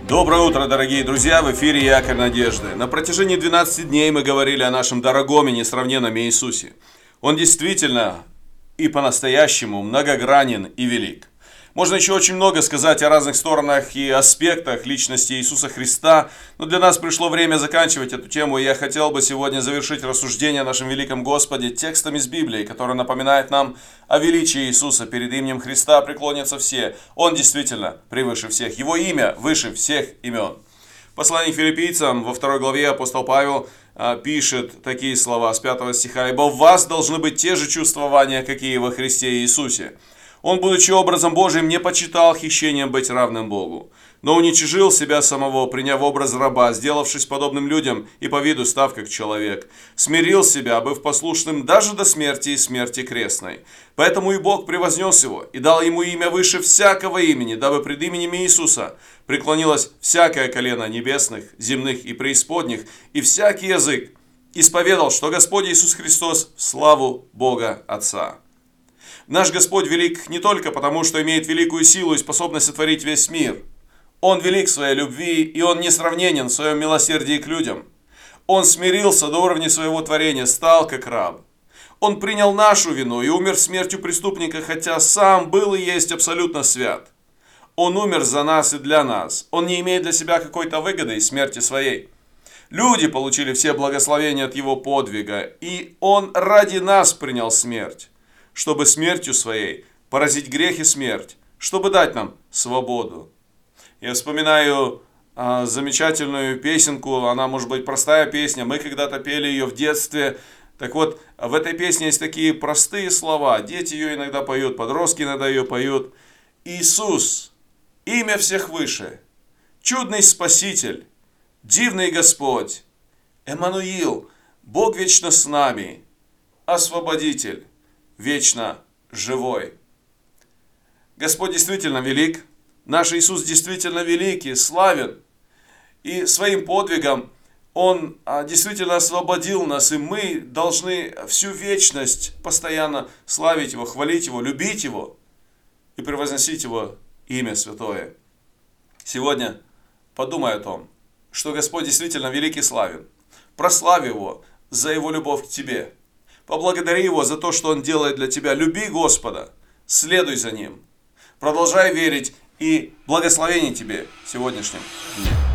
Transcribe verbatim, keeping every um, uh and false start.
Доброе утро, дорогие друзья! В эфире Якорь Надежды. На протяжении двенадцати дней мы говорили о нашем дорогом и несравненном Иисусе. Он действительно и по-настоящему многогранен и велик. Можно еще очень много сказать о разных сторонах и аспектах личности Иисуса Христа, но для нас пришло время заканчивать эту тему, и я хотел бы сегодня завершить рассуждение о нашем великом Господе текстом из Библии, который напоминает нам о величии Иисуса. Перед именем Христа преклонятся все. Он действительно превыше всех. Его имя выше всех имен. В послании к Филиппийцам во второй главе апостол Павел а, пишет такие слова с пятого стиха: «Ибо в вас должны быть те же чувствования, какие во Христе Иисусе. Он, будучи образом Божиим, не почитал хищением быть равным Богу, но уничижил себя самого, приняв образ раба, сделавшись подобным людям и по виду став как человек. Смирил себя, быв послушным даже до смерти и смерти крестной. Поэтому и Бог превознес его и дал ему имя выше всякого имени, дабы пред именем Иисуса преклонилось всякое колено небесных, земных и преисподних, и всякий язык исповедал, что Господь Иисус Христос в славу Бога Отца». Наш Господь велик не только потому, что имеет великую силу и способность сотворить весь мир. Он велик в своей любви, и Он несравненен в своем милосердии к людям. Он смирился до уровня своего творения, стал как раб. Он принял нашу вину и умер смертью преступника, хотя сам был и есть абсолютно свят. Он умер за нас и для нас. Он не имеет для себя какой-то выгоды из смерти своей. Люди получили все благословения от Его подвига, и Он ради нас принял смерть, чтобы смертью своей поразить грех и смерть, чтобы дать нам свободу. Я вспоминаю а, замечательную песенку, она может быть простая песня, мы когда-то пели ее в детстве. Так вот, в этой песне есть такие простые слова, дети ее иногда поют, подростки иногда ее поют. Иисус, имя всех выше, чудный Спаситель, дивный Господь, Эммануил, Бог вечно с нами, Освободитель, вечно живой. Господь действительно велик, наш Иисус действительно велик и славен, и своим подвигом Он действительно освободил нас, и мы должны всю вечность постоянно славить Его, хвалить Его, любить Его и превозносить Его имя святое. Сегодня подумай о том, что Господь действительно велик и славен. Прославь Его за Его любовь к тебе. Поблагодари Его за то, что Он делает для тебя. Люби Господа, следуй за Ним. Продолжай верить, и благословений тебе в сегодняшнем дне.